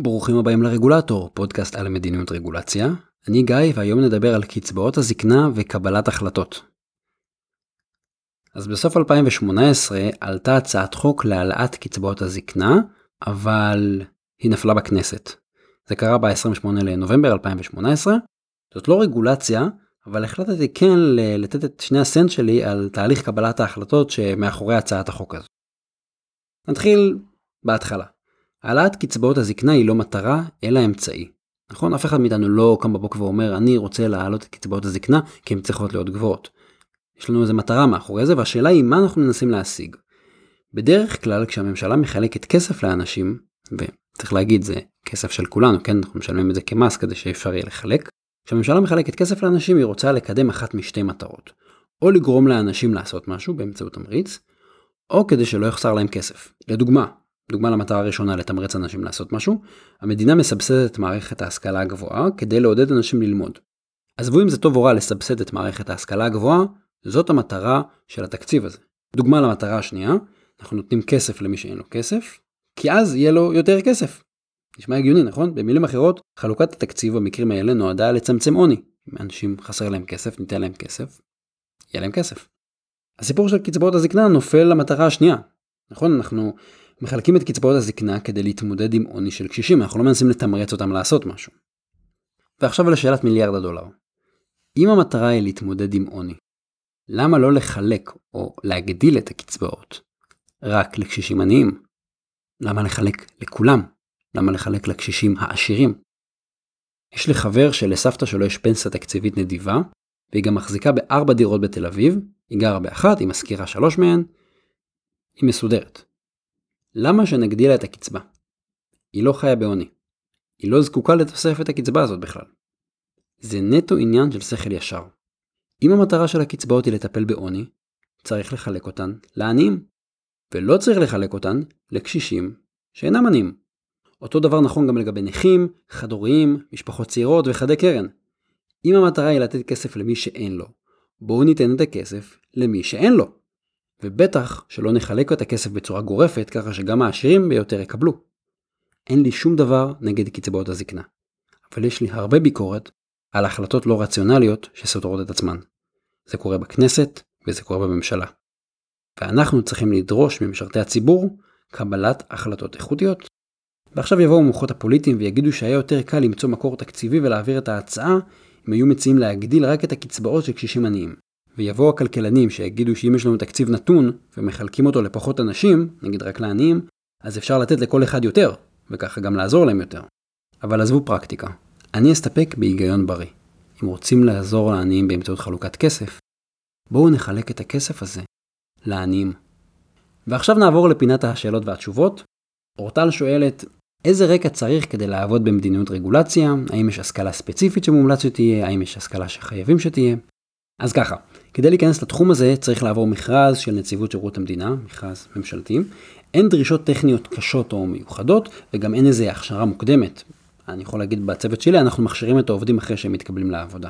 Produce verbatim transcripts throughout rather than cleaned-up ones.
ברוכים הבאים לרגולטור, פודקאסט על מדיניות רגולציה. אני גיא, והיום נדבר על קצבאות הזקנה וקבלת החלטות. אז בסוף אלפיים שמונה עשרה עלתה הצעת חוק להעלאת קצבאות הזקנה, אבל היא נפלה בכנסת. זה קרה ב-עשרים ושמונה לנובמבר אלפיים שמונה עשרה. זאת לא רגולציה, אבל החלטתי כן לתת את שני הסנט שלי על תהליך קבלת ההחלטות שמאחורי הצעת החוק הזו. נתחיל בהתחלה. העלאת קצבאות הזקנה היא לא מטרה, אלא אמצעי. נכון? אף אחד מאיתנו לא קם בבוקר ואומר, אני רוצה להעלות את קצבאות הזקנה, כי הן צריכות להיות גבוהות. יש לנו איזו מטרה מאחורי זה, והשאלה היא מה אנחנו מנסים להשיג. בדרך כלל, כשהממשלה מחלקת כסף לאנשים, וצריך להגיד, זה כסף של כולנו, כן? אנחנו משלמים את זה כמס כדי שאפשר יהיה לחלק. כשהממשלה מחלקת כסף לאנשים, היא רוצה לקדם אחת משתי מטרות. או לגרום לאנשים לעשות משהו באמצעות תמריץ, או כדי שלא יחסר להם כסף. לדוגמה, דוגמה למטרה הראשונה, לתמרץ אנשים לעשות משהו, המדינה מסבסדת את מערכת ההשכלה הגבוהה כדי לעודד אנשים ללמוד. עזבו אם זה טוב או רע לסבסד את מערכת ההשכלה הגבוהה, זאת המטרה של התקציב הזה. דוגמה למטרה השנייה, אנחנו נותנים כסף למי שאין לו כסף, כי אז יהיה לו יותר כסף. נשמע הגיוני, נכון? במילים אחרות, חלוקת התקציב במקרים האלה נועדה לצמצם עוני. אם אנשים חסר להם כסף, ניתן להם כסף, יהיה להם כסף. הסיפור של קצבאות הזקנה נופל למטרה השנייה. נכון? אנחנו מחלקים את קצבאות הזקנה כדי להתמודד עם עוני של קשישים, אנחנו לא מנסים לתמרץ אותם לעשות משהו. ועכשיו לשאלת מיליארד הדולר. אם המטרה היא להתמודד עם עוני, למה לא לחלק או להגדיל את הקצבאות רק לקשישים עניים? למה לחלק לכולם? למה לחלק לקשישים העשירים? יש לי חבר שלסבתא שלו יש פנסיה תקציבית נדיבה, והיא גם מחזיקה בארבע דירות בתל אביב, היא גרה באחת, היא מזכירה שלוש מהן, היא מסודרת. למה שנגדיל את הקצבה? היא לא חיה בעוני. היא לא זקוקה לתוספת הקצבה הזאת בכלל. זה נטו עניין של שכל ישר. אם המטרה של הקצבאות היא לטפל בעוני, צריך לחלק אותן לעניים, ולא צריך לחלק אותן לקשישים שאינם עניים. אותו דבר נכון גם לגבי נכים, חד-הוריים, משפחות צעירות וחדי קרן. אם המטרה היא לתת כסף למי שאין לו, בואו ניתן את הכסף למי שאין לו. ובטח שלא נחלק את הכסף בצורה גורפת, ככה שגם העשירים ביותר יקבלו. אין לי שום דבר נגד קצבאות הזקנה. אבל יש לי הרבה ביקורת על החלטות לא רציונליות שסותרות את עצמן. זה קורה בכנסת וזה קורה בממשלה. ואנחנו צריכים לדרוש ממשרתי הציבור קבלת החלטות איכותיות. ועכשיו יבואו המוחות הפוליטיים ויגידו שהיה יותר קל למצוא מקור תקציבי ולהעביר את ההצעה, אם היו מציעים להגדיל רק את הקצבאות של קשישים עניים. ויבואו הכלכלנים שיגידו שאם יש לנו תקציב נתון ומחלקים אותו לפחות אנשים, נגיד רק לעניים, אז אפשר לתת לכל אחד יותר, וככה גם לעזור להם יותר. אבל עזבו פרקטיקה. אני אסתפק בהיגיון בריא. אם רוצים לעזור לעניים באמצעות חלוקת כסף, בואו נחלק את הכסף הזה לעניים. ועכשיו נעבור לפינת השאלות והתשובות. אורטל שואלת, איזה רקע צריך כדי לעבוד במדיניות רגולציה? האם יש השכלה ספציפית שמומלץ שתהיה? האם יש השכלה שחייבים שתהיה? אז ככה, כדי להיכנס לתחום הזה צריך לעבור מכרז של נציבות שירות המדינה, מכרז ממשלתי. אין דרישות טכניות קשות או מיוחדות, וגם אין איזה הכשרה מוקדמת. אני יכול להגיד בצוות שלי, אנחנו מכשירים את העובדים אחרי שהם מתקבלים לעבודה.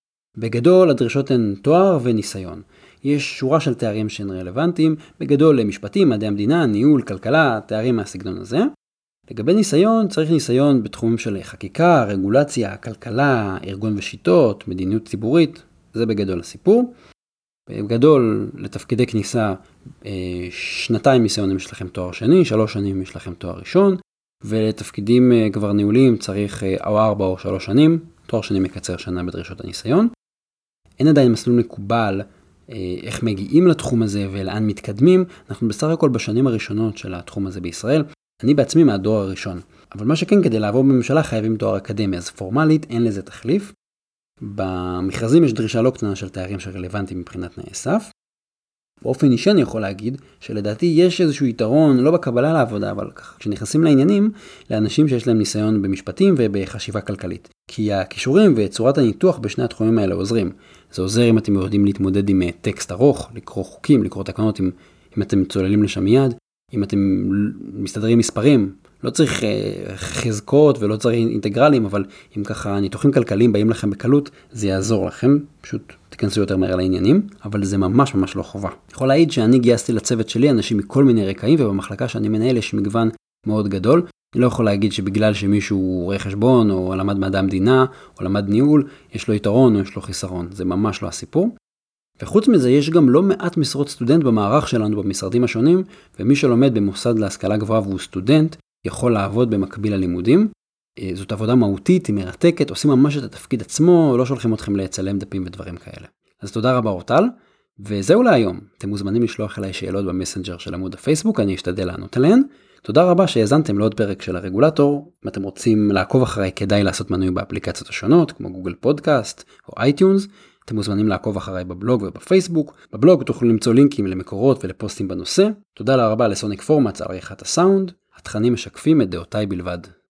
בגדול, הדרישות הן תואר וניסיון. יש שורה של תארים שהן רלוונטיים, בגדול למשפטים, מדעי המדינה, ניהול, כלכלה, תארים מהסגנון הזה. לגבי ניסיון, צריך ניסיון בתחומים של חקיקה, רגולציה, כלכלה, ארגון ושיטות, מדיניות ציבורית. זה בגדול הסיפור. בגדול, לתפקידי כניסה, שנתיים ניסיון יש לכם תואר שני, שלוש שנים יש לכם תואר ראשון, ולתפקידים כבר ניהוליים צריך או ארבע או שלוש שנים, תואר שני מקצר שנה בדרישות הניסיון. אין עדיין מסלול מקובל איך מגיעים לתחום הזה ולאן מתקדמים. אנחנו בסך הכל בשנים הראשונות של התחום הזה בישראל. אני בעצמי מהדור הראשון. אבל מה שכן, כדי לעבור בממשלה חייבים תואר אקדמי, אז פורמלית אין לזה תחליף. במכרזים יש דרישה לא קטנה של תארים שרלוונטיים מבחינת תנאי סף. באופן אישי אני יכול להגיד שלדעתי יש איזשהו יתרון, לא בקבלה לעבודה, אבל ככה, כשנכנסים לעניינים, לאנשים שיש להם ניסיון במשפטים ובחשיבה כלכלית. כי הכישורים וצורת הניתוח בשני התחומים האלה עוזרים. זה עוזר אם אתם יודעים להתמודד עם טקסט ארוך, לקרוא חוקים, לקרוא תקנות, אם, אם אתם צוללים לשם מיד, אם אתם מסתדרים מספרים, לא צריך חזקות ולא צריך אינטגרלים, אבל אם ככה ניתוחים כלכליים באים לכם בקלות, זה יעזור לכם, פשוט תיכנסו יותר מהר לעניינים, אבל זה ממש ממש לא חובה. יכול להעיד שאני גייסתי לצוות שלי אנשים מכל מיני רקעים, ובמחלקה שאני מנהל יש מגוון מאוד גדול, אני לא יכול להגיד שבגלל שמישהו הוא רואה חשבון, או למד מדע המדינה, או למד ניהול, יש לו יתרון או יש לו חיסרון. זה ממש לא הסיפור. וחוץ מזה, יש גם לא מעט משרות סטודנט במערך שלנו במשרדים השונים, ומי שלומד במוסד להשכלה גבוהה והוא סטודנט, יכול לעבוד במקביל ללימודים. זאת עבודה מהותית, היא מרתקת, עושים ממש את התפקיד עצמו, לא שולחים אתכם לצלם דפים ודברים כאלה. אז תודה רבה אורטל, וזהו להיום. אתם מוזמנים לשלוח אליי שאלות במסנג'ר של עמוד הפייסבוק, אני אשתדל לענות עליהן. תודה רבה שהאזנתם לעוד פרק של הרגולטור. אם אתם רוצים לעקוב אחריי, כדאי לעשות מנוי באפליקציות השונות, כמו גוגל פודקאסט או אייטיונס. אתם מוזמנים לעקוב אחריי בבלוג ובפייסבוק. בבלוג תוכלו למצוא לינקים למקורות ולפוסטים בנושא. תודה רבה לסוניק פורמטס על עריכת הסאונד. התכנים משקפים את דעותיי בלבד.